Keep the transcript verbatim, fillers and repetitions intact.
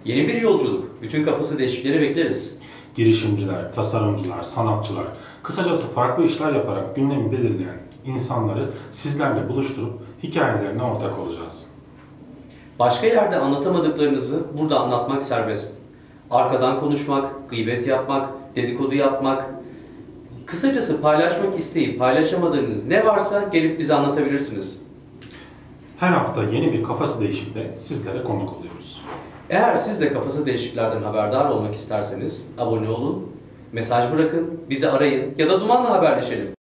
Yeni bir yolculuk. Bütün kafası değişikleri bekleriz. Girişimciler, tasarımcılar, sanatçılar, kısacası farklı işler yaparak gündemi belirleyen insanları sizlerle buluşturup hikayelerine ortak olacağız. Başka yerde anlatamadıklarınızı burada anlatmak serbest. Arkadan konuşmak, gıybet yapmak, dedikodu yapmak, kısacası paylaşmak isteyip paylaşamadığınız ne varsa gelip bize anlatabilirsiniz. Her hafta yeni bir kafası değişikle sizlere konuk oluyoruz. Eğer siz de kafası değişiklerden haberdar olmak isterseniz abone olun, mesaj bırakın, bizi arayın ya da Duman'la haberleşelim.